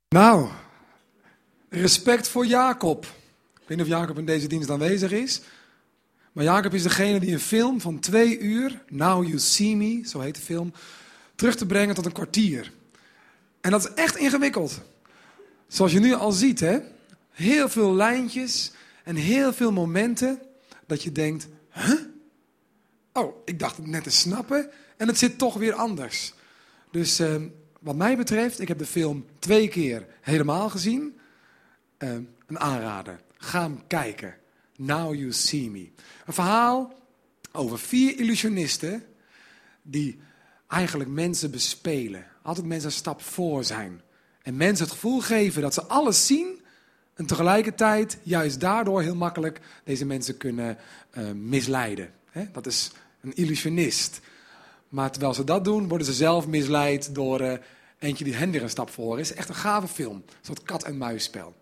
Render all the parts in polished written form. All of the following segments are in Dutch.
Nou, respect voor Jacob. Ik weet niet of Jacob in deze dienst aanwezig is. Maar Jacob is degene die een film van 2 uur, Now You See Me, zo heet de film, terug te brengen tot een kwartier. En dat is echt ingewikkeld. Zoals je nu al ziet, hè? Heel veel lijntjes en heel veel momenten dat je denkt, huh? Oh, ik dacht het net te snappen en het zit toch weer anders. Dus wat mij betreft, ik heb de film 2 keer helemaal gezien. Een aanrader. Ga hem kijken. Now You See Me. Een verhaal over 4 illusionisten die eigenlijk mensen bespelen. Altijd mensen een stap voor zijn. En mensen het gevoel geven dat ze alles zien en tegelijkertijd juist daardoor heel makkelijk deze mensen kunnen misleiden. Dat is een illusionist. Maar terwijl ze dat doen, worden ze zelf misleid door eentje die hen weer een stap voor is. Echt een gave film. Een soort kat-en-muisspel.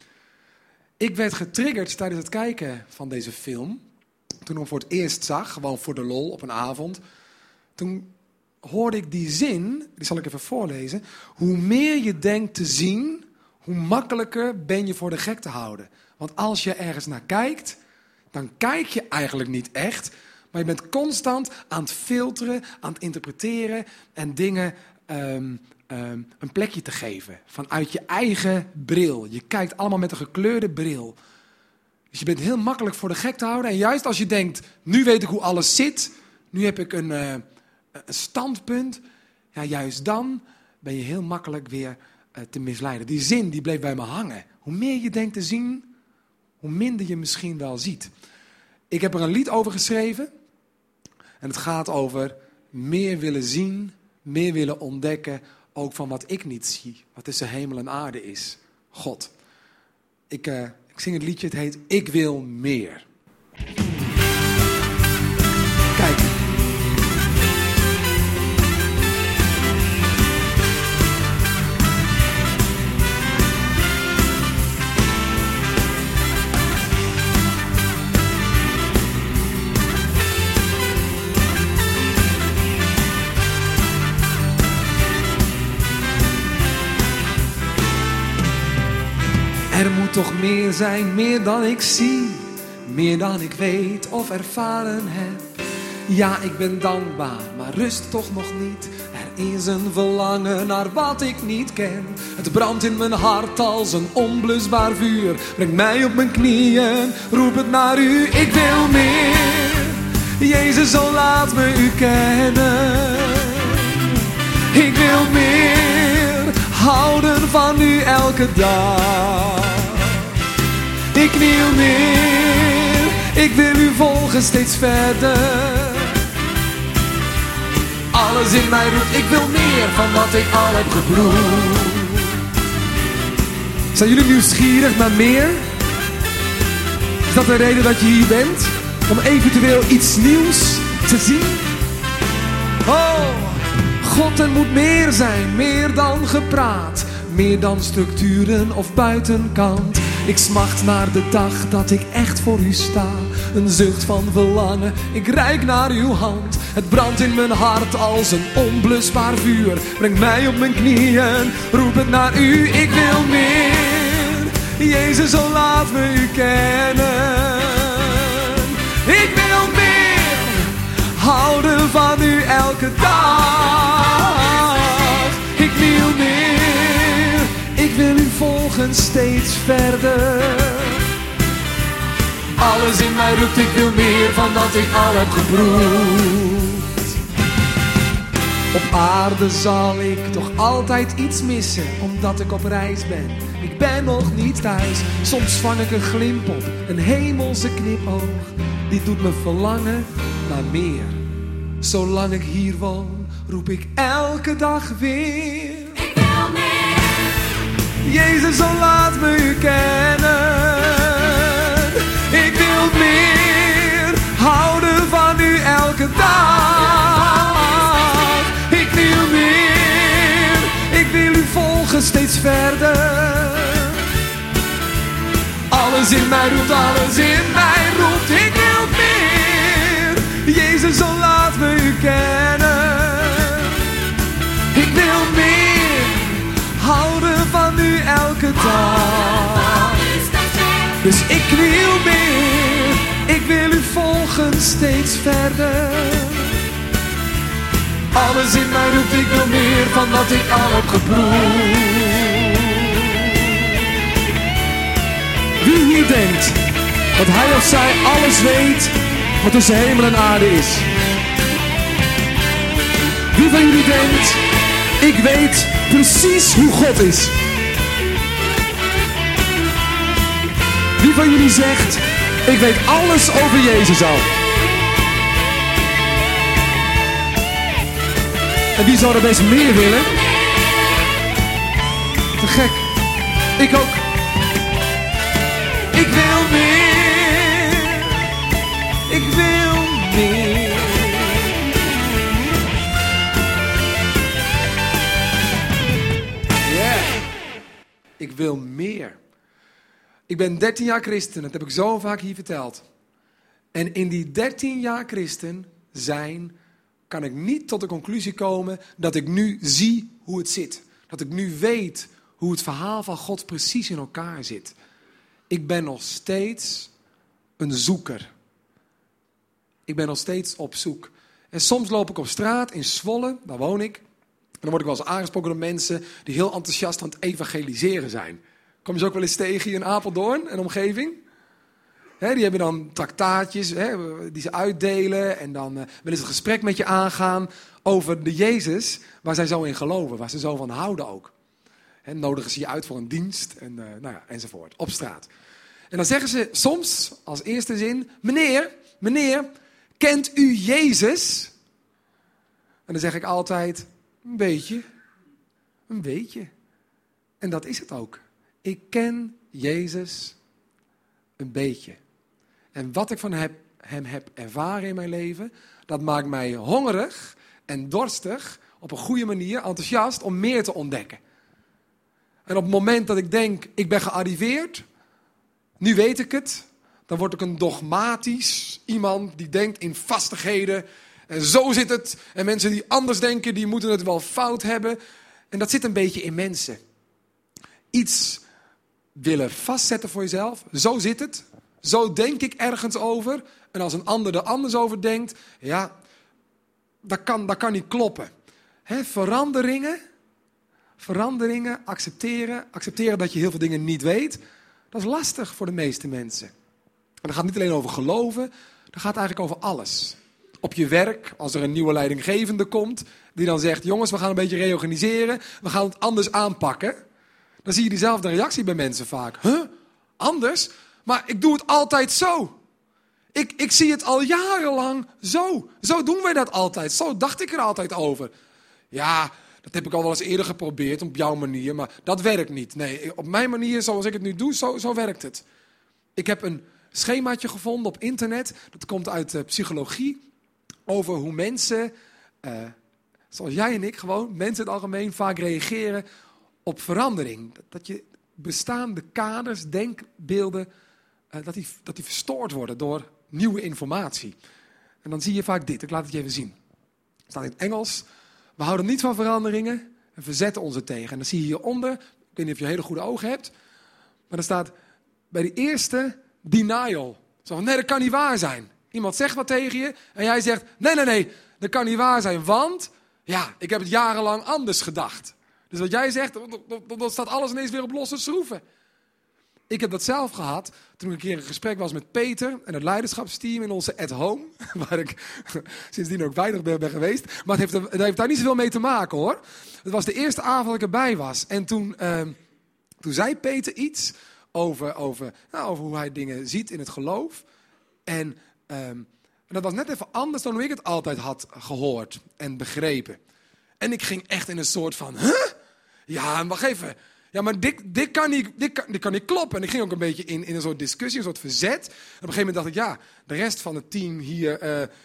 Ik werd getriggerd tijdens het kijken van deze film. Toen ik hem voor het eerst zag, gewoon voor de lol op een avond. Toen hoorde ik die zin, die zal ik even voorlezen. Hoe meer je denkt te zien, hoe makkelijker ben je voor de gek te houden. Want als je ergens naar kijkt, dan kijk je eigenlijk niet echt. Maar je bent constant aan het filteren, aan het interpreteren en dingen een plekje te geven. Vanuit je eigen bril. Je kijkt allemaal met een gekleurde bril. Dus je bent heel makkelijk voor de gek te houden. En juist als je denkt, nu weet ik hoe alles zit. Nu heb ik een standpunt. Ja, juist dan ben je heel makkelijk weer te misleiden. Die zin die bleef bij me hangen. Hoe meer je denkt te zien, hoe minder je misschien wel ziet. Ik heb er een lied over geschreven. En het gaat over meer willen zien, meer willen ontdekken, ook van wat ik niet zie. Wat tussen hemel en aarde is. God. Ik zing het liedje, het heet Ik wil meer. Kijk. Er moet toch meer zijn, meer dan ik zie, meer dan ik weet of ervaren heb. Ja, ik ben dankbaar, maar rust toch nog niet. Er is een verlangen naar wat ik niet ken. Het brandt in mijn hart als een onblusbaar vuur. Breng mij op mijn knieën, roep het naar u. Ik wil meer, Jezus, zo laat me u kennen. Ik wil meer, houden van u elke dag. Ik wil meer, ik wil u volgen steeds verder. Alles in mij roept, ik wil meer van wat ik al heb geproefd. Zijn jullie nieuwsgierig naar meer? Is dat de reden dat je hier bent? Om eventueel iets nieuws te zien? Oh, God, er moet meer zijn, meer dan gepraat. Meer dan structuren of buitenkant. Ik smacht naar de dag dat ik echt voor u sta. Een zucht van verlangen, ik reik naar uw hand. Het brandt in mijn hart als een onblusbaar vuur. Breng mij op mijn knieën, roep het naar u. Ik wil meer, Jezus, zo laat me u kennen. Ik wil meer, houden van u elke dag. Ik wil meer, ik wil u volgen steeds verder. Alles in mij roept, ik wil meer van wat ik al heb geproefd. Op aarde zal ik toch altijd iets missen, omdat ik op reis ben. Ik ben nog niet thuis, soms vang ik een glimp op, een hemelse knipoog. Die doet me verlangen naar meer. Zolang ik hier woon, roep ik elke dag weer. Ik wil meer. Jezus, zo laat me u kennen. Ik wil meer, houden van u elke dag. Ik wil meer, ik wil u volgen steeds verder. Alles in mij roept, alles in mij roept. Ik wil meer, Jezus, zo laat me u kennen. Ik wil meer, houden van u Dus ik wil meer, ik wil u volgen steeds verder. Alles in mij roept, ik wil meer van wat ik al heb geproefd. Wie hier denkt dat hij of zij alles weet wat tussen hemel en aarde is? Wie van jullie denkt, ik weet precies hoe God is? Wie van jullie zegt, ik weet alles over Jezus al? En wie zou er best meer willen? Te gek. Ik ook. Ik wil meer. Ik wil meer. Yeah. Ik wil meer. Ik ben 13 jaar christen, dat heb ik zo vaak hier verteld. En in die 13 jaar christen zijn, kan ik niet tot de conclusie komen dat ik nu zie hoe het zit. Dat ik nu weet hoe het verhaal van God precies in elkaar zit. Ik ben nog steeds een zoeker. Ik ben nog steeds op zoek. En soms loop ik op straat in Zwolle, daar woon ik. En dan word ik wel eens aangesproken door mensen die heel enthousiast aan het evangeliseren zijn. Kom je ze ook wel eens tegen hier in Apeldoorn en omgeving? Die hebben dan traktaatjes die ze uitdelen. En dan willen ze een gesprek met je aangaan over de Jezus waar zij zo in geloven. Waar ze zo van houden ook. Nodigen ze je uit voor een dienst en, enzovoort. Op straat. En dan zeggen ze soms als eerste zin: Meneer, kent u Jezus? En dan zeg ik altijd: een beetje. En dat is het ook. Ik ken Jezus een beetje. En wat ik van hem heb ervaren in mijn leven, dat maakt mij hongerig en dorstig, op een goede manier, enthousiast om meer te ontdekken. En op het moment dat ik denk, ik ben gearriveerd, nu weet ik het, dan word ik een dogmatisch iemand die denkt in vastigheden. En zo zit het. En mensen die anders denken, die moeten het wel fout hebben. En dat zit een beetje in mensen. Iets willen vastzetten voor jezelf. Zo zit het. Zo denk ik ergens over. En als een ander er anders over denkt, ja, dat kan niet kloppen. Veranderingen, accepteren dat je heel veel dingen niet weet. Dat is lastig voor de meeste mensen. En dat gaat niet alleen over geloven, dat gaat eigenlijk over alles. Op je werk, als er een nieuwe leidinggevende komt, die dan zegt, jongens, we gaan een beetje reorganiseren, we gaan het anders aanpakken. Dan zie je diezelfde reactie bij mensen vaak. Anders? Maar ik doe het altijd zo. Ik zie het al jarenlang zo. Zo doen wij dat altijd. Zo dacht ik er altijd over. Ja, dat heb ik al wel eens eerder geprobeerd op jouw manier, maar dat werkt niet. Nee, op mijn manier, zoals ik het nu doe, zo werkt het. Ik heb een schemaatje gevonden op internet, dat komt uit psychologie, over hoe mensen, zoals jij en ik gewoon, mensen in het algemeen vaak reageren op verandering. Dat je bestaande kaders, denkbeelden, dat die verstoord worden door nieuwe informatie. En dan zie je vaak dit, ik laat het je even zien. Het staat in het Engels. We houden niet van veranderingen en verzetten ons er tegen. En dan zie je hieronder, ik weet niet of je hele goede ogen hebt, maar er staat bij de eerste denial. Zo van, nee, dat kan niet waar zijn. Iemand zegt wat tegen je en jij zegt, nee, dat kan niet waar zijn, want ja, ik heb het jarenlang anders gedacht. Dus wat jij zegt, dan staat alles ineens weer op losse schroeven. Ik heb dat zelf gehad toen ik een keer in gesprek was met Peter en het leiderschapsteam in onze At Home, waar ik sindsdien ook weinig ben geweest. Maar het heeft daar niet zoveel mee te maken, hoor. Het was de eerste avond dat ik erbij was. En toen zei Peter iets over hoe hij dingen ziet in het geloof. En dat was net even anders dan hoe ik het altijd had gehoord en begrepen. En ik ging echt in een soort van, ja, wacht even. Ja, maar dit kan niet kloppen. En ik ging ook een beetje in een soort discussie, een soort verzet. En op een gegeven moment dacht ik, ja, de rest van het team hier,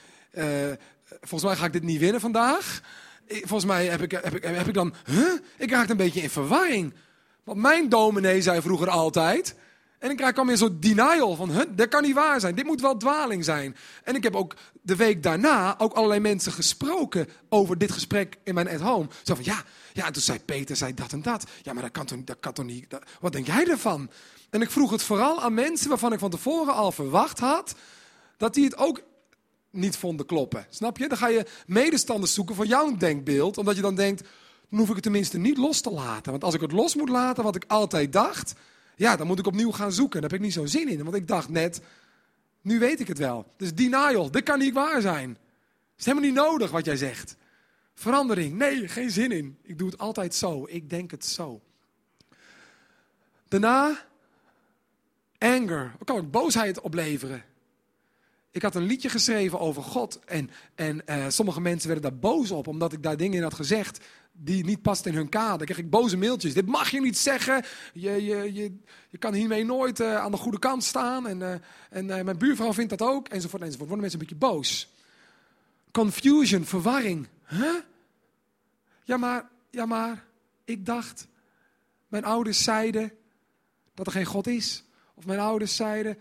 volgens mij ga ik dit niet winnen vandaag. Volgens mij heb ik dan, ik raakte een beetje in verwarring. Want mijn dominee zei vroeger altijd, En dan kwam je een soort denial van, dat kan niet waar zijn. Dit moet wel dwaling zijn. En ik heb ook de week daarna ook allerlei mensen gesproken over dit gesprek in mijn at-home. Zo van, ja, en toen zei Peter, zei dat en dat. Ja, maar dat kan toch niet. Wat denk jij ervan? En ik vroeg het vooral aan mensen waarvan ik van tevoren al verwacht had dat die het ook niet vonden kloppen. Snap je? Dan ga je medestanders zoeken voor jouw denkbeeld, omdat je dan denkt, dan hoef ik het tenminste niet los te laten. Want als ik het los moet laten, wat ik altijd dacht, ja, dan moet ik opnieuw gaan zoeken. Daar heb ik niet zo'n zin in, want ik dacht net, nu weet ik het wel. Dus denial, dit kan niet waar zijn. Het is helemaal niet nodig wat jij zegt. Verandering, nee, geen zin in. Ik doe het altijd zo, ik denk het zo. Daarna, anger, wat kan ook boosheid opleveren. Ik had een liedje geschreven over God en sommige mensen werden daar boos op, omdat ik daar dingen in had gezegd die niet pasten in hun kader. Dan kreeg ik boze mailtjes. Dit mag je niet zeggen. Je kan hiermee nooit aan de goede kant staan. En mijn buurvrouw vindt dat ook. Enzovoort, enzovoort. Worden mensen een beetje boos. Confusion, verwarring. Huh? Ja maar, ik dacht, mijn ouders zeiden dat er geen God is. Of mijn ouders zeiden,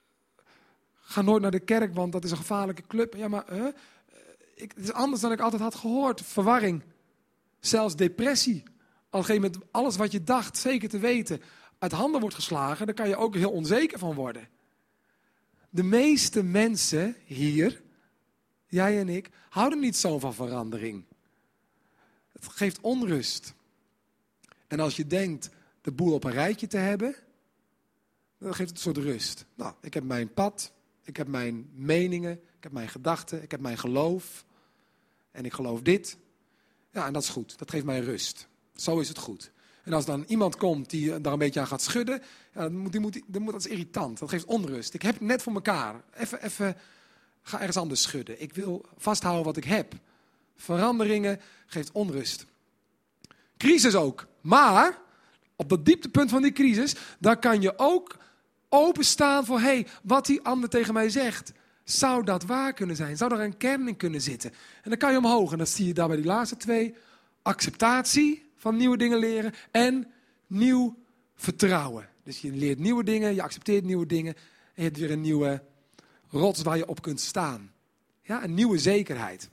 ga nooit naar de kerk, want dat is een gevaarlijke club. Ja, maar het is anders dan ik altijd had gehoord. Verwarring. Zelfs depressie. Als je met alles wat je dacht zeker te weten uit handen wordt geslagen, dan kan je ook heel onzeker van worden. De meeste mensen hier, jij en ik, houden niet zo van verandering. Het geeft onrust. En als je denkt de boel op een rijtje te hebben, dan geeft het een soort rust. Nou, ik heb mijn pad, ik heb mijn meningen, ik heb mijn gedachten, ik heb mijn geloof. En ik geloof dit. Ja, en dat is goed. Dat geeft mij rust. Zo is het goed. En als dan iemand komt die daar een beetje aan gaat schudden, ja, dat is irritant. Dat geeft onrust. Ik heb het net voor elkaar. Even, ga ergens anders schudden. Ik wil vasthouden wat ik heb. Veranderingen geeft onrust. Crisis ook. Maar op dat dieptepunt van die crisis, daar kan je ook openstaan voor, wat die ander tegen mij zegt. Zou dat waar kunnen zijn? Zou er een kern in kunnen zitten? En dan kan je omhoog. En dat zie je daar bij die laatste twee. Acceptatie van nieuwe dingen leren. En nieuw vertrouwen. Dus je leert nieuwe dingen, je accepteert nieuwe dingen. En je hebt weer een nieuwe rots waar je op kunt staan. Ja, een nieuwe zekerheid.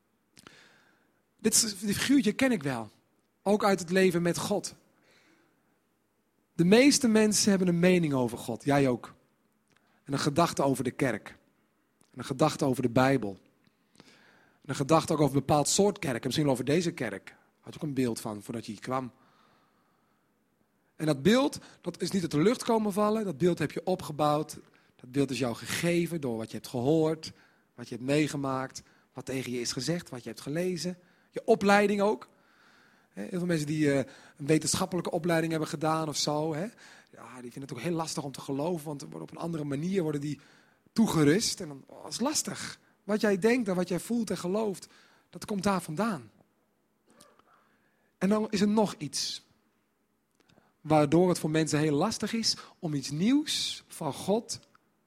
Dit figuurtje ken ik wel. Ook uit het leven met God. De meeste mensen hebben een mening over God. Jij ook. En een gedachte over de kerk. En een gedachte over de Bijbel. En een gedachte ook over een bepaald soort kerk. En misschien wel over deze kerk. Had je ook een beeld van voordat je hier kwam. En dat beeld, dat is niet uit de lucht komen vallen. Dat beeld heb je opgebouwd. Dat beeld is jou gegeven door wat je hebt gehoord. Wat je hebt meegemaakt. Wat tegen je is gezegd. Wat je hebt gelezen. Je opleiding ook. Heel veel mensen die een wetenschappelijke opleiding hebben gedaan of zo. Ja, die vinden het ook heel lastig om te geloven. Want op een andere manier worden die toegerust. En dan is het lastig. Wat jij denkt en wat jij voelt en gelooft, dat komt daar vandaan. En dan is er nog iets. Waardoor het voor mensen heel lastig is om iets nieuws van God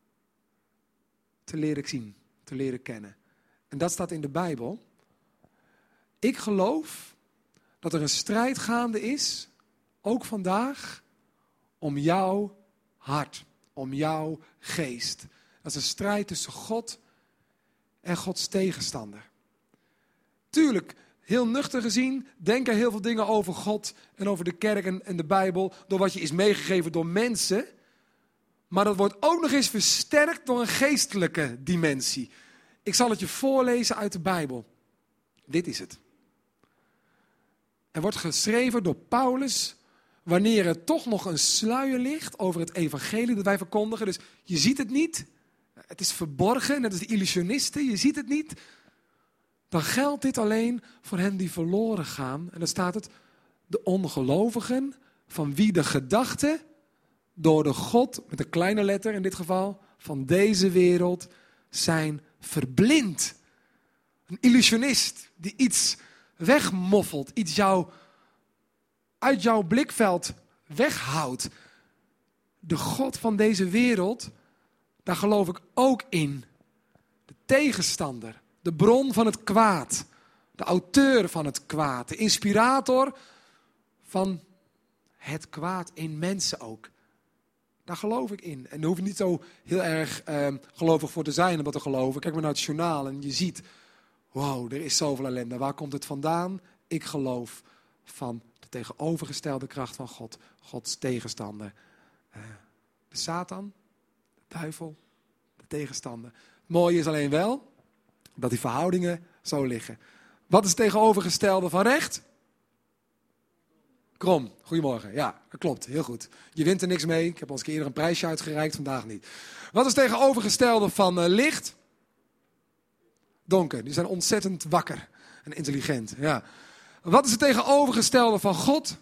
te leren zien, te leren kennen. En dat staat in de Bijbel. Ik geloof dat er een strijd gaande is, ook vandaag, om jouw hart, om jouw geest. Dat is een strijd tussen God en Gods tegenstander. Tuurlijk, heel nuchter gezien, denken heel veel dingen over God en over de kerk en de Bijbel, door wat je is meegegeven door mensen. Maar dat wordt ook nog eens versterkt door een geestelijke dimensie. Ik zal het je voorlezen uit de Bijbel. Dit is het. Er wordt geschreven door Paulus, wanneer er toch nog een sluier ligt over het evangelie dat wij verkondigen. Dus je ziet het niet. Het is verborgen, net als de illusionisten, je ziet het niet. Dan geldt dit alleen voor hen die verloren gaan. En dan staat het, de ongelovigen, van wie de gedachten door de God, met een kleine letter in dit geval, van deze wereld zijn verblind. Een illusionist die iets wegmoffelt, iets uit jouw blikveld weghoudt. De God van deze wereld, daar geloof ik ook in. De tegenstander, de bron van het kwaad, de auteur van het kwaad, de inspirator van het kwaad in mensen ook. Daar geloof ik in. En daar hoef je niet zo heel erg gelovig voor te zijn om dat te geloven. Kijk maar naar het journaal en je ziet, wow, er is zoveel ellende. Waar komt het vandaan? Ik geloof van de tegenovergestelde kracht van God. Gods tegenstander. De Satan, de duivel, de tegenstander. Het mooie is alleen wel dat die verhoudingen zo liggen. Wat is het tegenovergestelde van recht? Krom. Goedemorgen. Ja, dat klopt. Heel goed. Je wint er niks mee. Ik heb al eens eerder een prijsje uitgereikt, vandaag niet. Wat is het tegenovergestelde van licht? Donker. Die zijn ontzettend wakker en intelligent. Ja. Wat is het tegenovergestelde van God?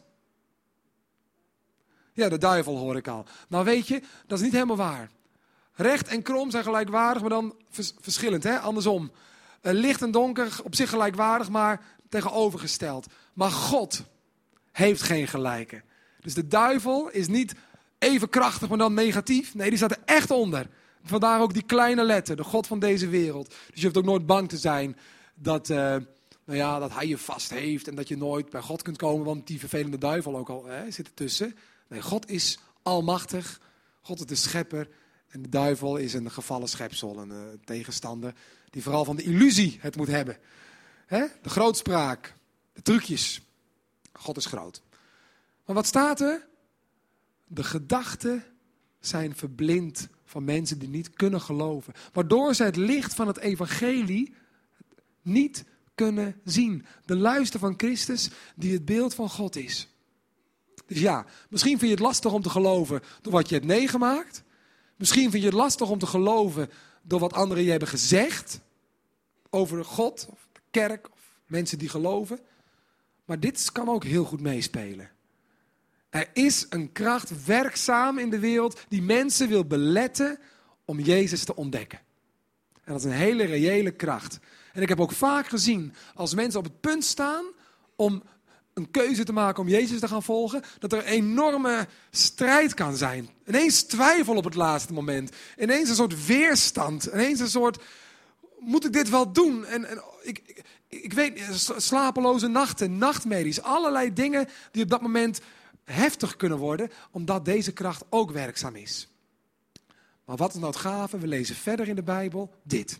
Ja, de duivel hoor ik al. Nou weet je, dat is niet helemaal waar. Recht en krom zijn gelijkwaardig, maar dan verschillend. Hè? Andersom. Licht en donker op zich gelijkwaardig, maar tegenovergesteld. Maar God heeft geen gelijke. Dus de duivel is niet even krachtig, maar dan negatief. Nee, die staat er echt onder. Vandaar ook die kleine letter, de God van deze wereld. Dus je hoeft ook nooit bang te zijn dat hij je vast heeft en dat je nooit bij God kunt komen, want die vervelende duivel ook al zit ertussen. Nee, God is almachtig. God is de schepper. En de duivel is een gevallen schepsel, een tegenstander die vooral van de illusie het moet hebben. De grootspraak, de trucjes. God is groot. Maar wat staat er? De gedachten zijn verblind van mensen die niet kunnen geloven. Waardoor ze het licht van het evangelie niet kunnen zien. De luister van Christus die het beeld van God is. Dus ja, misschien vind je het lastig om te geloven door wat je hebt meegemaakt. Misschien vind je het lastig om te geloven door wat anderen je hebben gezegd. Over God, of de kerk, of mensen die geloven. Maar dit kan ook heel goed meespelen. Er is een kracht werkzaam in de wereld die mensen wil beletten om Jezus te ontdekken. En dat is een hele reële kracht. En ik heb ook vaak gezien, als mensen op het punt staan om een keuze te maken om Jezus te gaan volgen, dat er een enorme strijd kan zijn. Ineens twijfel op het laatste moment. Ineens een soort weerstand. Ineens een soort, moet ik dit wel doen? En ik weet, slapeloze nachten, nachtmerries, allerlei dingen die op dat moment heftig kunnen worden, omdat deze kracht ook werkzaam is. Maar wat is nou het gave? We lezen verder in de Bijbel dit.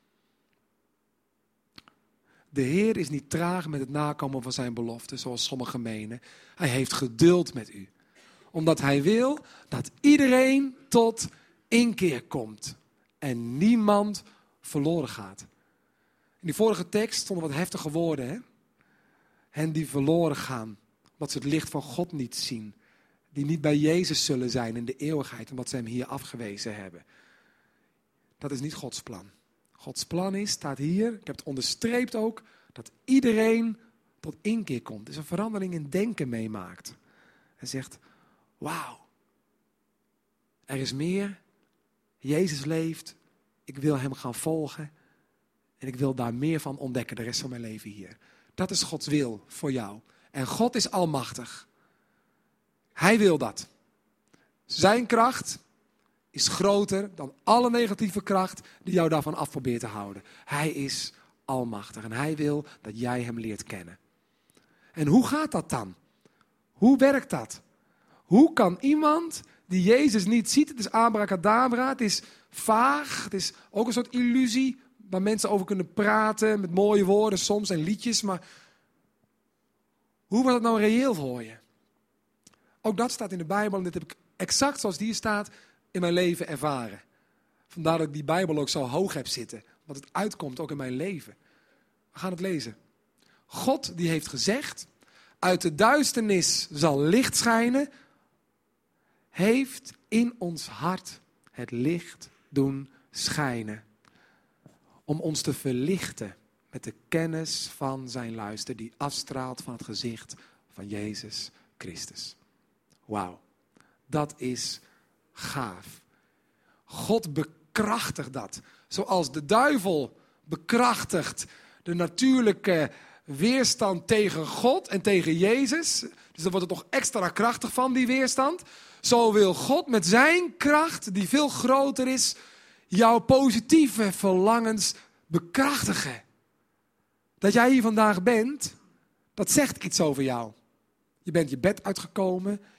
De Heer is niet traag met het nakomen van zijn beloften, zoals sommigen menen. Hij heeft geduld met u. Omdat hij wil dat iedereen tot inkeer komt. En niemand verloren gaat. In die vorige tekst stonden wat heftige woorden. Hè? Hen die verloren gaan, omdat ze het licht van God niet zien. Die niet bij Jezus zullen zijn in de eeuwigheid, omdat ze hem hier afgewezen hebben. Dat is niet Gods plan. Gods plan is, staat hier, ik heb het onderstreept ook, dat iedereen tot inkeer komt. Dus een verandering in denken meemaakt. En zegt, wauw, er is meer. Jezus leeft. Ik wil hem gaan volgen. En ik wil daar meer van ontdekken de rest van mijn leven hier. Dat is Gods wil voor jou. En God is almachtig. Hij wil dat. Zijn kracht is groter dan alle negatieve kracht die jou daarvan af probeert te houden. Hij is almachtig en hij wil dat jij hem leert kennen. En hoe gaat dat dan? Hoe werkt dat? Hoe kan iemand die Jezus niet ziet, het is abracadabra, het is vaag, het is ook een soort illusie waar mensen over kunnen praten met mooie woorden soms en liedjes, maar hoe wordt het nou reëel voor je? Ook dat staat in de Bijbel en dit heb ik exact zoals die hier staat in mijn leven ervaren. Vandaar dat ik die Bijbel ook zo hoog heb zitten. Want het uitkomt ook in mijn leven. We gaan het lezen. God die heeft gezegd, uit de duisternis zal licht schijnen, heeft in ons hart het licht doen schijnen. Om ons te verlichten met de kennis van zijn luister die afstraalt van het gezicht van Jezus Christus. Wauw, dat is gaaf. God bekrachtigt dat. Zoals de duivel bekrachtigt de natuurlijke weerstand tegen God en tegen Jezus. Dus dan wordt het nog extra krachtig van die weerstand. Zo wil God met zijn kracht, die veel groter is, jouw positieve verlangens bekrachtigen. Dat jij hier vandaag bent, dat zegt iets over jou. Je bent je bed uitgekomen,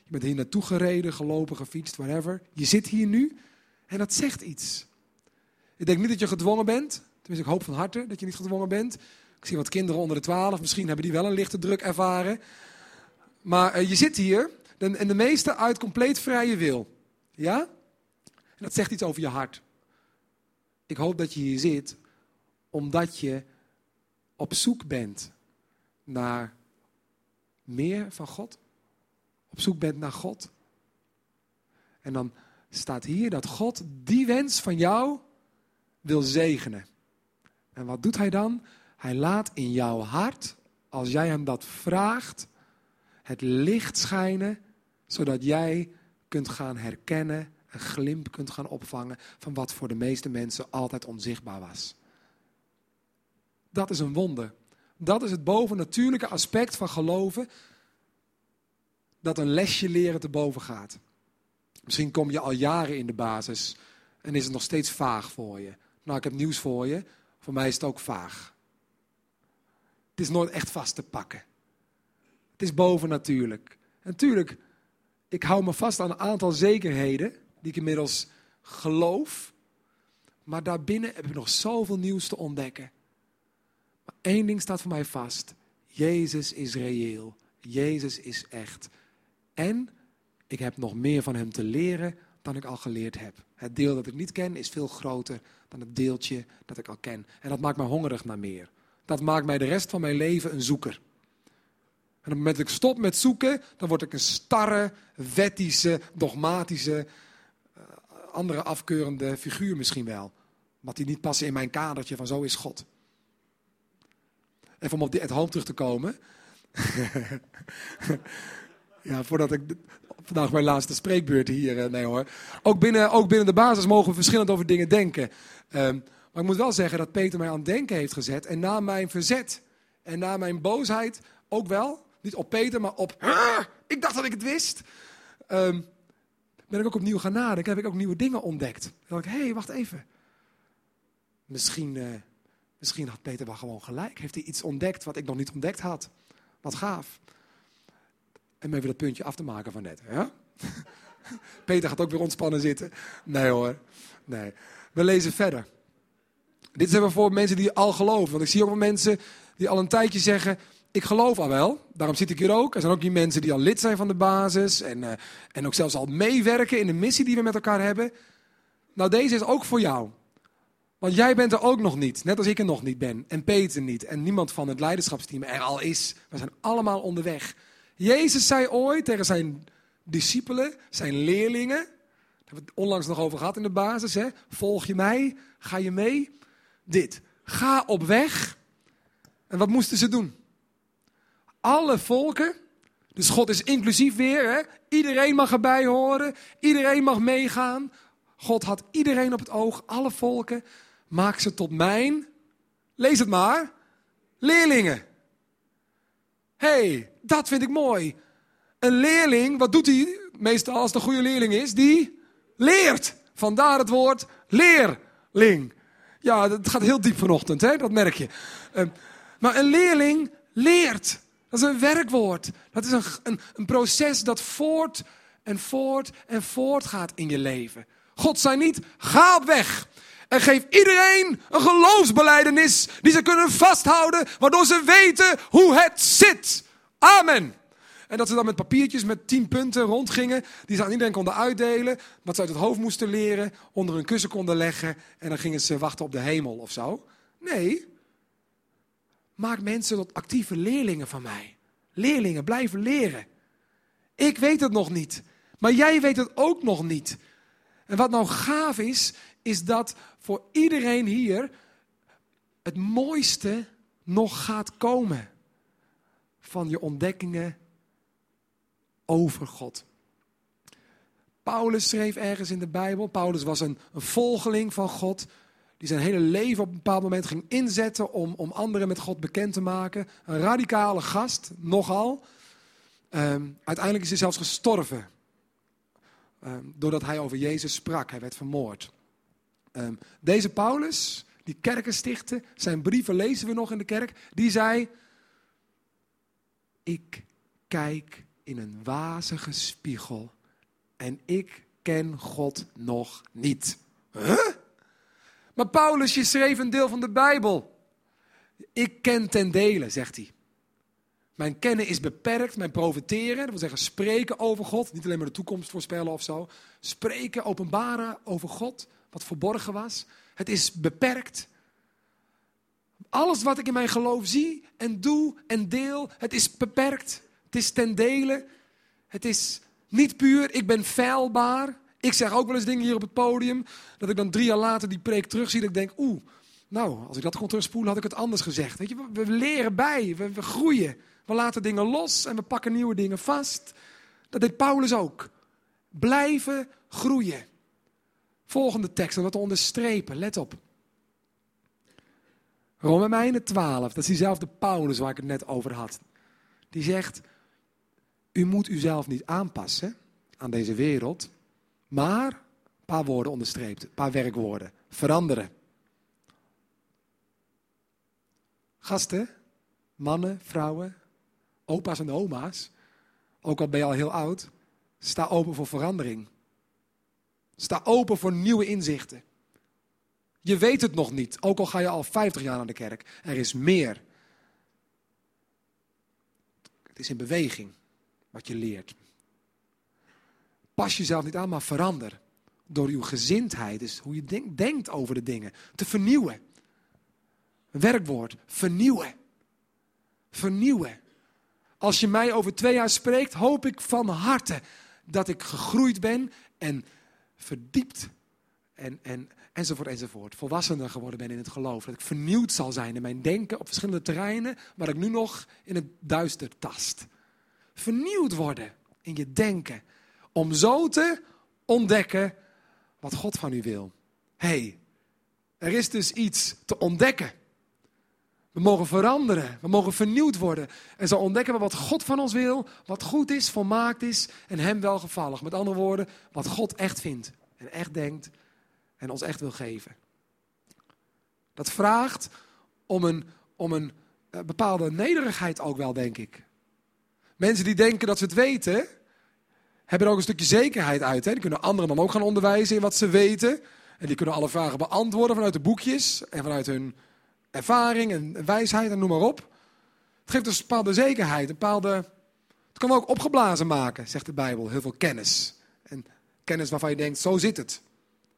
Je bent hier naartoe gereden, gelopen, gefietst, whatever. Je zit hier nu en dat zegt iets. Ik denk niet dat je gedwongen bent. Tenminste, ik hoop van harte dat je niet gedwongen bent. Ik zie wat kinderen onder de 12. Misschien hebben die wel een lichte druk ervaren. Maar je zit hier en de meeste uit compleet vrije wil. Ja? En dat zegt iets over je hart. Ik hoop dat je hier zit omdat je op zoek bent naar meer van God. Op zoek bent naar God. En dan staat hier dat God die wens van jou wil zegenen. En wat doet hij dan? Hij laat in jouw hart, als jij hem dat vraagt, het licht schijnen, zodat jij kunt gaan herkennen, een glimp kunt gaan opvangen van wat voor de meeste mensen altijd onzichtbaar was. Dat is een wonder. Dat is het bovennatuurlijke aspect van geloven, dat een lesje leren te boven gaat. Misschien kom je al jaren in de basis en is het nog steeds vaag voor je. Nou, ik heb nieuws voor je. Voor mij is het ook vaag. Het is nooit echt vast te pakken. Het is bovennatuurlijk. En natuurlijk, ik hou me vast aan een aantal zekerheden die ik inmiddels geloof. Maar daarbinnen heb ik nog zoveel nieuws te ontdekken. Maar één ding staat voor mij vast. Jezus is reëel. Jezus is echt. En ik heb nog meer van hem te leren dan ik al geleerd heb. Het deel dat ik niet ken is veel groter dan het deeltje dat ik al ken. En dat maakt mij hongerig naar meer. Dat maakt mij de rest van mijn leven een zoeker. En op het moment dat ik stop met zoeken, dan word ik een starre, wettische, dogmatische, andere afkeurende figuur misschien wel. Want die niet passen in mijn kadertje van zo is God. Even om op die at home terug te komen. Ja, voordat ik vandaag mijn laatste spreekbeurt hier, nee hoor. Ook binnen de basis mogen we verschillend over dingen denken. Maar ik moet wel zeggen dat Peter mij aan het denken heeft gezet. En na mijn verzet en na mijn boosheid ook wel. Niet op Peter, maar op... Ik dacht dat ik het wist. Ben ik ook opnieuw gaan nadenken. Heb ik ook nieuwe dingen ontdekt. Dan dacht ik, hé, wacht even. Misschien had Peter wel gewoon gelijk. Heeft hij iets ontdekt wat ik nog niet ontdekt had. Wat gaaf. En om even dat puntje af te maken van net. Ja? Peter gaat ook weer ontspannen zitten. Nee hoor. Nee. We lezen verder. Dit is even voor mensen die al geloven. Want ik zie ook wel mensen die al een tijdje zeggen... Ik geloof al wel. Daarom zit ik hier ook. Er zijn ook die mensen die al lid zijn van de basis. En ook zelfs al meewerken in de missie die we met elkaar hebben. Nou, deze is ook voor jou. Want jij bent er ook nog niet. Net als ik er nog niet ben. En Peter niet. En niemand van het leiderschapsteam er al is. We zijn allemaal onderweg. Jezus zei ooit tegen zijn discipelen, zijn leerlingen. Daar hebben we het onlangs nog over gehad in de basis. Hè? Volg je mij? Ga je mee? Dit. Ga op weg. En wat moesten ze doen? Alle volken. Dus God is inclusief weer. Hè? Iedereen mag erbij horen. Iedereen mag meegaan. God had iedereen op het oog. Alle volken. Maak ze tot mijn, lees het maar, leerlingen. Hey, dat vind ik mooi. Een leerling, wat doet hij meestal als het een goede leerling is? Die leert. Vandaar het woord leerling. Ja, dat gaat heel diep vanochtend, hè? Dat merk je. Maar een leerling leert. Dat is een werkwoord. Dat is een proces dat voort en voort en voort gaat in je leven. God zei niet, ga op weg. En geef iedereen een geloofsbelijdenis die ze kunnen vasthouden, waardoor ze weten hoe het zit. Amen. En dat ze dan met papiertjes met 10 punten rondgingen, die ze aan iedereen konden uitdelen, wat ze uit het hoofd moesten leren, onder hun kussen konden leggen en dan gingen ze wachten op de hemel of zo. Nee. Maak mensen tot actieve leerlingen van mij. Leerlingen, blijven leren. Ik weet het nog niet, maar jij weet het ook nog niet. En wat nou gaaf is dat voor iedereen hier het mooiste nog gaat komen van je ontdekkingen over God. Paulus schreef ergens in de Bijbel, Paulus was een volgeling van God, die zijn hele leven op een bepaald moment ging inzetten om anderen met God bekend te maken. Een radicale gast, nogal. Uiteindelijk is hij zelfs gestorven. Doordat hij over Jezus sprak. Hij werd vermoord. Deze Paulus, die kerken stichtte, zijn brieven lezen we nog in de kerk. Die zei, ik kijk in een wazige spiegel. En ik ken God nog niet. Huh? Maar Paulus, je schreef een deel van de Bijbel. Ik ken ten dele, zegt hij. Mijn kennen is beperkt, mijn profeteren, dat wil zeggen spreken over God. Niet alleen maar de toekomst voorspellen of zo. Spreken, openbaren over God, wat verborgen was. Het is beperkt. Alles wat ik in mijn geloof zie en doe en deel, het is beperkt. Het is ten dele. Het is niet puur, ik ben feilbaar. Ik zeg ook wel eens dingen hier op het podium, dat ik dan 3 jaar later die preek terugzie, dat ik denk, als ik dat kon terugspoelen, had ik het anders gezegd. Weet je, we leren bij, we groeien. We laten dingen los en we pakken nieuwe dingen vast. Dat deed Paulus ook. Blijven groeien. Volgende tekst, om dat te onderstrepen, let op. Romeinen 12, dat is diezelfde Paulus waar ik het net over had. Die zegt, u moet uzelf niet aanpassen aan deze wereld, maar, een paar woorden onderstreept, een paar werkwoorden, veranderen. Gasten, mannen, vrouwen, opa's en oma's, ook al ben je al heel oud, sta open voor verandering. Sta open voor nieuwe inzichten. Je weet het nog niet, ook al ga je al 50 jaar naar de kerk. Er is meer. Het is in beweging wat je leert. Pas jezelf niet aan, maar verander. Door uw gezindheid, dus hoe je denkt over de dingen, te vernieuwen. Werkwoord, vernieuwen. Vernieuwen. Als je mij over 2 jaar spreekt, hoop ik van harte dat ik gegroeid ben en verdiept enzovoort. Volwassener geworden ben in het geloof. Dat ik vernieuwd zal zijn in mijn denken op verschillende terreinen waar ik nu nog in het duister tast. Vernieuwd worden in je denken. Om zo te ontdekken wat God van u wil. Er is dus iets te ontdekken. We mogen veranderen, we mogen vernieuwd worden. En zo ontdekken we wat God van ons wil, wat goed is, volmaakt is en hem welgevallig. Met andere woorden, wat God echt vindt en echt denkt en ons echt wil geven. Dat vraagt om een bepaalde nederigheid ook wel, denk ik. Mensen die denken dat ze het weten, hebben er ook een stukje zekerheid uit. Hè? Die kunnen anderen dan ook gaan onderwijzen in wat ze weten. En die kunnen alle vragen beantwoorden vanuit de boekjes en vanuit hun ervaring en wijsheid en noem maar op. Het geeft dus een bepaalde zekerheid. Het kan ook opgeblazen maken, zegt de Bijbel. Heel veel kennis. En kennis waarvan je denkt, zo zit het.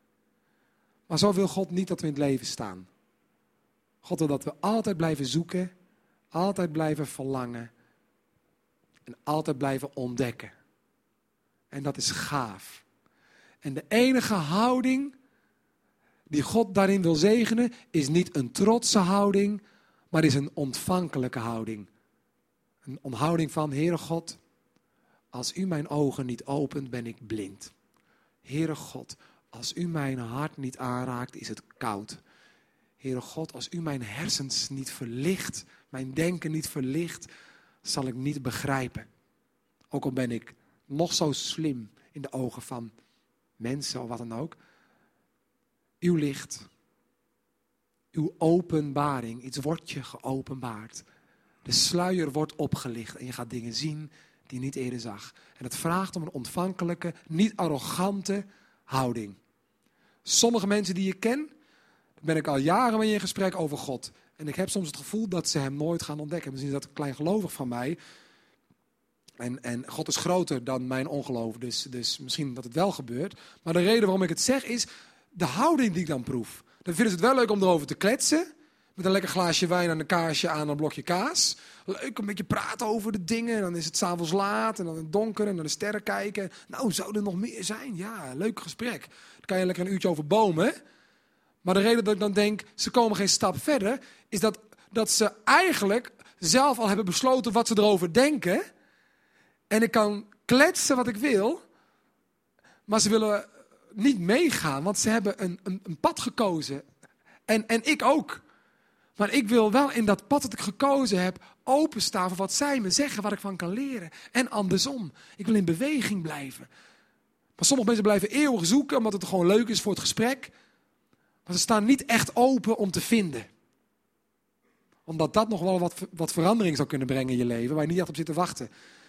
Maar zo wil God niet dat we in het leven staan. God wil dat we altijd blijven zoeken. Altijd blijven verlangen. En altijd blijven ontdekken. En dat is gaaf. En de enige houding die God daarin wil zegenen, is niet een trotse houding, maar is een ontvankelijke houding. Een houding van, Heere God, als u mijn ogen niet opent, ben ik blind. Heere God, als u mijn hart niet aanraakt, is het koud. Heere God, als u mijn hersens niet verlicht, mijn denken niet verlicht, zal ik niet begrijpen. Ook al ben ik nog zo slim in de ogen van mensen of wat dan ook. Uw licht, uw openbaring, iets wordt je geopenbaard. De sluier wordt opgelicht en je gaat dingen zien die je niet eerder zag. En het vraagt om een ontvankelijke, niet arrogante houding. Sommige mensen die je ken, daar ben ik al jaren mee in gesprek over God. En ik heb soms het gevoel dat ze hem nooit gaan ontdekken. Misschien is dat kleingelovig van mij. En God is groter dan mijn ongeloof, dus misschien dat het wel gebeurt. Maar de reden waarom ik het zeg is de houding die ik dan proef. Dan vinden ze het wel leuk om erover te kletsen. Met een lekker glaasje wijn en een kaarsje aan en een blokje kaas. Leuk een beetje praten over de dingen. En dan is het 's avonds laat en dan het donker en naar de sterren kijken. Nou, zou er nog meer zijn? Ja, leuk gesprek. Dan kan je lekker een uurtje over bomen. Maar de reden dat ik dan denk, ze komen geen stap verder, is dat ze eigenlijk zelf al hebben besloten wat ze erover denken. En ik kan kletsen wat ik wil, maar ze willen niet meegaan, want ze hebben een pad gekozen. En ik ook. Maar ik wil wel in dat pad dat ik gekozen heb openstaan voor wat zij me zeggen, waar ik van kan leren. En andersom. Ik wil in beweging blijven. Maar sommige mensen blijven eeuwig zoeken, omdat het gewoon leuk is voor het gesprek. Maar ze staan niet echt open om te vinden. Omdat dat nog wel wat verandering zou kunnen brengen in je leven, waar je niet echt op zit te wachten.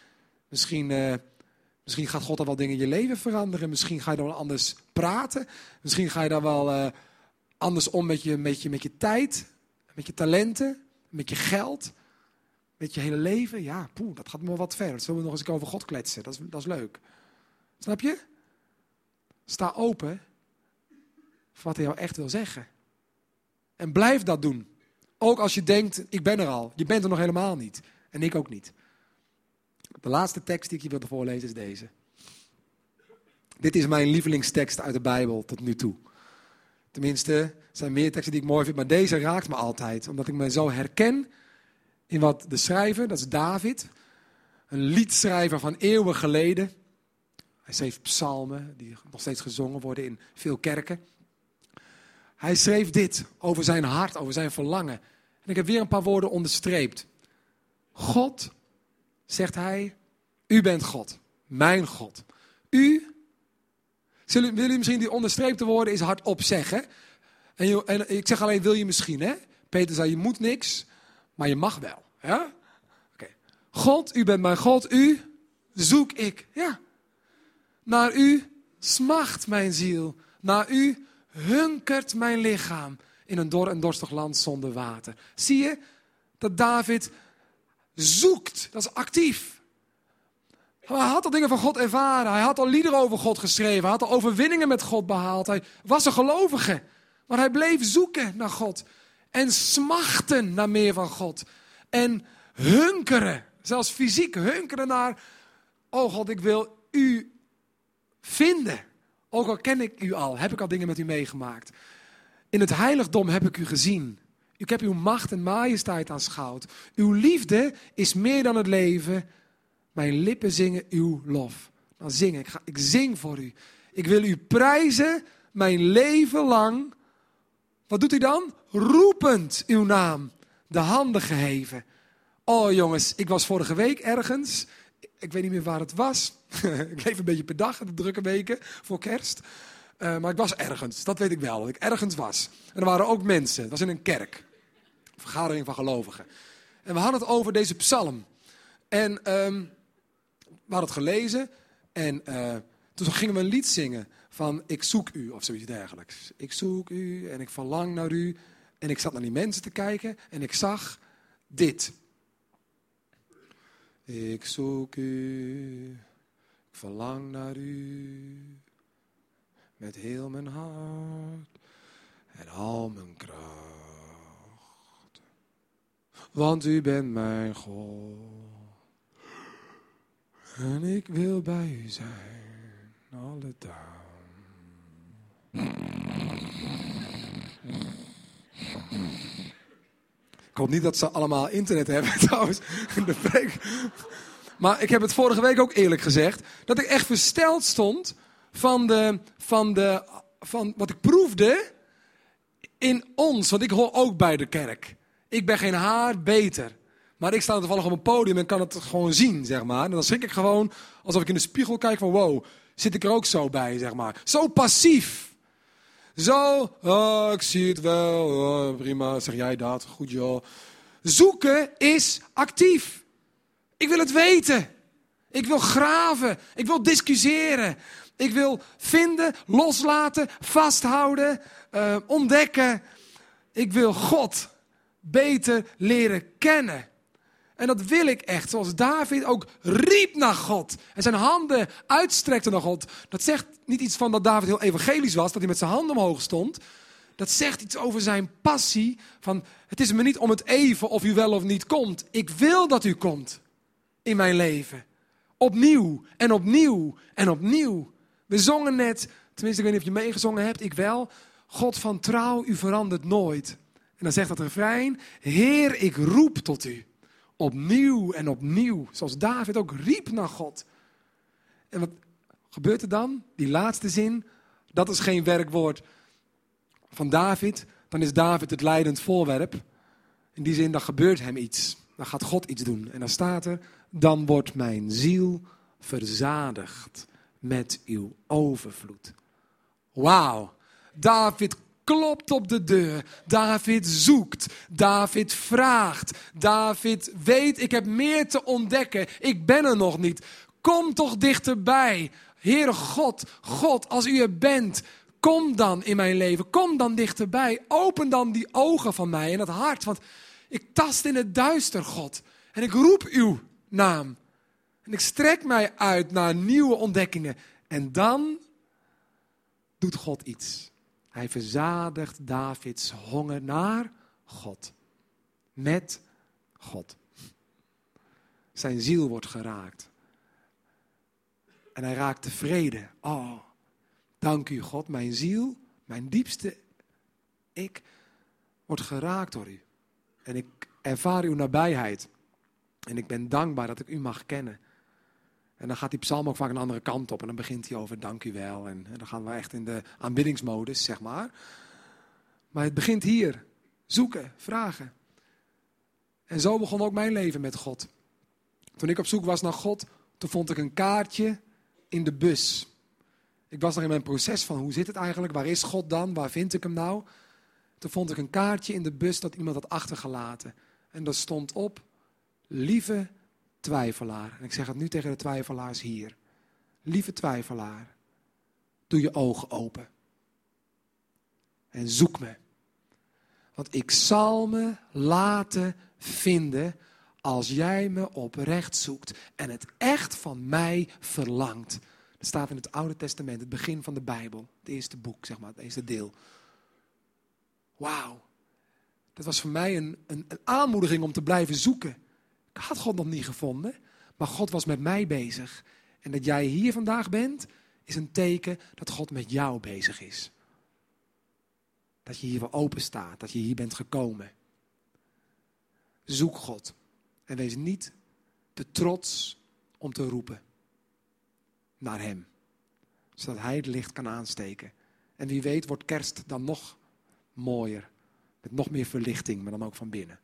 Misschien gaat God dan wel dingen in je leven veranderen. Misschien ga je dan wel anders praten. Misschien ga je dan wel anders om met je tijd, met je talenten, met je geld, met je hele leven. Ja, dat gaat me wel wat ver. Zullen we nog eens over God kletsen? Dat is leuk. Snap je? Sta open voor wat hij jou echt wil zeggen. En blijf dat doen. Ook als je denkt, ik ben er al. Je bent er nog helemaal niet. En ik ook niet. De laatste tekst die ik je wilde voorlezen is deze. Dit is mijn lievelingstekst uit de Bijbel tot nu toe. Tenminste, er zijn meer teksten die ik mooi vind, maar deze raakt me altijd. Omdat ik me zo herken in wat de schrijver, dat is David, een liedschrijver van eeuwen geleden. Hij schreef psalmen die nog steeds gezongen worden in veel kerken. Hij schreef dit over zijn hart, over zijn verlangen. En ik heb weer een paar woorden onderstreept. God, zegt hij, u bent God, mijn God. Willen jullie misschien die onderstreepte woorden eens hardop zeggen? En ik zeg alleen, wil je misschien, hè? Peter zei, je moet niks, maar je mag wel. Ja? Okay. God, u bent mijn God, u zoek ik. Ja. Naar u smacht mijn ziel. Naar u hunkert mijn lichaam in een dor en dorstig land zonder water. Zie je dat David zoekt, dat is actief. Hij had al dingen van God ervaren. Hij had al liederen over God geschreven. Hij had al overwinningen met God behaald. Hij was een gelovige. Maar hij bleef zoeken naar God. En smachten naar meer van God. En hunkeren. Zelfs fysiek hunkeren naar... Oh God, ik wil u vinden. Ook al ken ik u al. Heb ik al dingen met u meegemaakt. In het heiligdom heb ik u gezien. Ik heb uw macht en majesteit aanschouwd. Uw liefde is meer dan het leven... Mijn lippen zingen uw lof. Dan zingen. Ik zing voor u. Ik wil u prijzen mijn leven lang. Wat doet u dan? Roepend uw naam. De handen geheven. Oh jongens, ik was vorige week ergens. Ik weet niet meer waar het was. Ik leef een beetje per dag, de drukke weken voor kerst. Maar ik was ergens, dat weet ik wel, dat ik ergens was. En er waren ook mensen, het was in een kerk. Een vergadering van gelovigen. En we hadden het over deze psalm. En... we hadden het gelezen en toen gingen we een lied zingen van ik zoek u of zoiets dergelijks. Ik zoek u en ik verlang naar u. En ik zat naar die mensen te kijken en ik zag dit. Ik zoek u, ik verlang naar u. Met heel mijn hart en al mijn kracht. Want u bent mijn God. En ik wil bij u zijn, alle dagen. Ik hoop niet dat ze allemaal internet hebben trouwens. Maar ik heb het vorige week ook eerlijk gezegd. Dat ik echt versteld stond van wat ik proefde in ons. Want ik hoor ook bij de kerk. Ik ben geen haar beter. Maar ik sta toevallig op een podium en kan het gewoon zien, zeg maar. En dan schrik ik gewoon alsof ik in de spiegel kijk van wow, zit ik er ook zo bij, zeg maar. Zo passief. Zo, oh, ik zie het wel, oh, prima, zeg jij dat, goed joh. Zoeken is actief. Ik wil het weten. Ik wil graven. Ik wil discussiëren. Ik wil vinden, loslaten, vasthouden, ontdekken. Ik wil God beter leren kennen. En dat wil ik echt, zoals David ook riep naar God. En zijn handen uitstrekte naar God. Dat zegt niet iets van dat David heel evangelisch was, dat hij met zijn handen omhoog stond. Dat zegt iets over zijn passie. Van, het is me niet om het even of u wel of niet komt. Ik wil dat u komt in mijn leven. Opnieuw en opnieuw en opnieuw. We zongen net, tenminste ik weet niet of je meegezongen hebt, ik wel. God van trouw, u verandert nooit. En dan zegt dat refrein, Heer, ik roep tot u. Opnieuw en opnieuw. Zoals David ook riep naar God. En wat gebeurt er dan? Die laatste zin, dat is geen werkwoord van David. Dan is David het leidend voorwerp. In die zin, dan gebeurt hem iets. Dan gaat God iets doen. En dan staat er, dan wordt mijn ziel verzadigd met uw overvloed. Wauw. David klopt op de deur. David zoekt. David vraagt. David weet, ik heb meer te ontdekken. Ik ben er nog niet. Kom toch dichterbij. Heere God, als u er bent, kom dan in mijn leven. Kom dan dichterbij. Open dan die ogen van mij en het hart. Want ik tast in het duister, God. En ik roep uw naam. En ik strek mij uit naar nieuwe ontdekkingen. En dan doet God iets. Hij verzadigt Davids honger naar God. Met God. Zijn ziel wordt geraakt. En hij raakt tevreden. Oh, dank u God, mijn ziel, mijn diepste ik, wordt geraakt door u. En ik ervaar uw nabijheid. En ik ben dankbaar dat ik u mag kennen. En dan gaat die psalm ook vaak een andere kant op. En dan begint hij over dank u wel. En dan gaan we echt in de aanbiddingsmodus, zeg maar. Maar het begint hier. Zoeken, vragen. En zo begon ook mijn leven met God. Toen ik op zoek was naar God, toen vond ik een kaartje in de bus. Ik was nog in mijn proces van hoe zit het eigenlijk? Waar is God dan? Waar vind ik hem nou? Toen vond ik een kaartje in de bus dat iemand had achtergelaten. En daar stond op, lieve twijfelaar. En ik zeg het nu tegen de twijfelaars hier. Lieve twijfelaar, doe je ogen open. En zoek me. Want ik zal me laten vinden als jij me oprecht zoekt en het echt van mij verlangt. Dat staat in het Oude Testament, het begin van de Bijbel. Het eerste boek, zeg maar, het eerste deel. Wauw. Dat was voor mij een aanmoediging om te blijven zoeken. Ik had God nog niet gevonden, maar God was met mij bezig. En dat jij hier vandaag bent, is een teken dat God met jou bezig is. Dat je hier weer open staat, dat je hier bent gekomen. Zoek God. En wees niet te trots om te roepen naar hem. Zodat hij het licht kan aansteken. En wie weet wordt kerst dan nog mooier. Met nog meer verlichting, maar dan ook van binnen.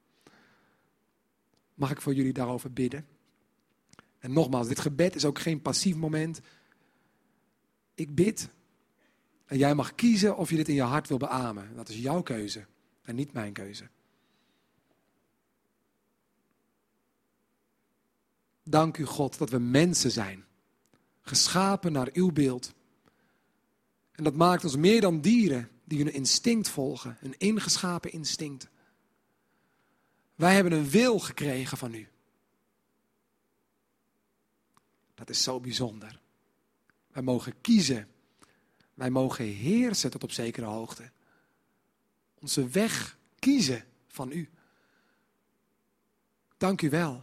Mag ik voor jullie daarover bidden? En nogmaals, dit gebed is ook geen passief moment. Ik bid. En jij mag kiezen of je dit in je hart wil beamen. Dat is jouw keuze en niet mijn keuze. Dank u God dat we mensen zijn. Geschapen naar uw beeld. En dat maakt ons meer dan dieren die hun instinct volgen. Een ingeschapen instinct. Wij hebben een wil gekregen van u. Dat is zo bijzonder. Wij mogen kiezen. Wij mogen heersen tot op zekere hoogte. Onze weg kiezen van u. Dank u wel.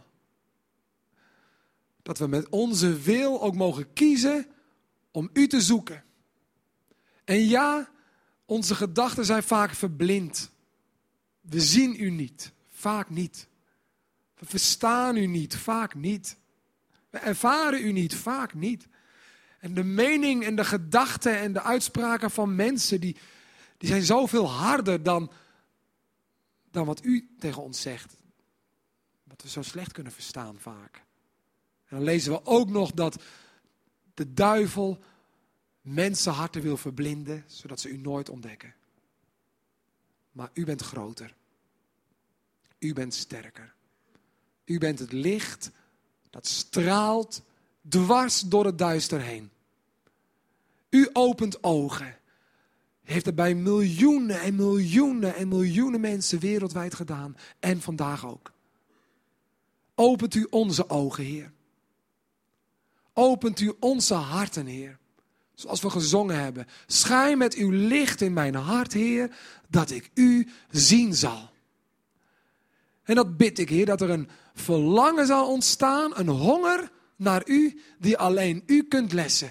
Dat we met onze wil ook mogen kiezen om u te zoeken. En ja, onze gedachten zijn vaak verblind. We zien u niet, vaak niet. We verstaan u niet, vaak niet. We ervaren u niet, vaak niet. En de mening en de gedachten en de uitspraken van mensen, die zijn zoveel harder dan wat u tegen ons zegt. Wat we zo slecht kunnen verstaan vaak. En dan lezen we ook nog dat de duivel mensenharten wil verblinden, zodat ze u nooit ontdekken. Maar u bent groter. U bent sterker. U bent het licht dat straalt dwars door het duister heen. U opent ogen. Heeft het bij miljoenen en miljoenen en miljoenen mensen wereldwijd gedaan. En vandaag ook. Opent u onze ogen, Heer. Opent u onze harten, Heer. Zoals we gezongen hebben. Schijn met uw licht in mijn hart, Heer, dat ik u zien zal. En dat bid ik, Heer, dat er een verlangen zal ontstaan, een honger naar u, die alleen u kunt lessen.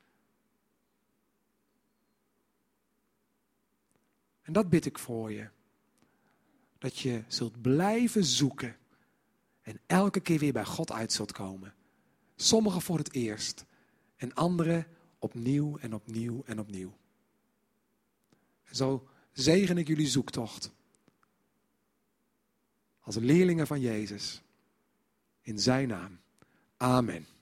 En dat bid ik voor je. Dat je zult blijven zoeken en elke keer weer bij God uit zult komen. Sommigen voor het eerst en anderen opnieuw en opnieuw en opnieuw. En zo zegen ik jullie zoektocht. Als leerlingen van Jezus. In zijn naam. Amen.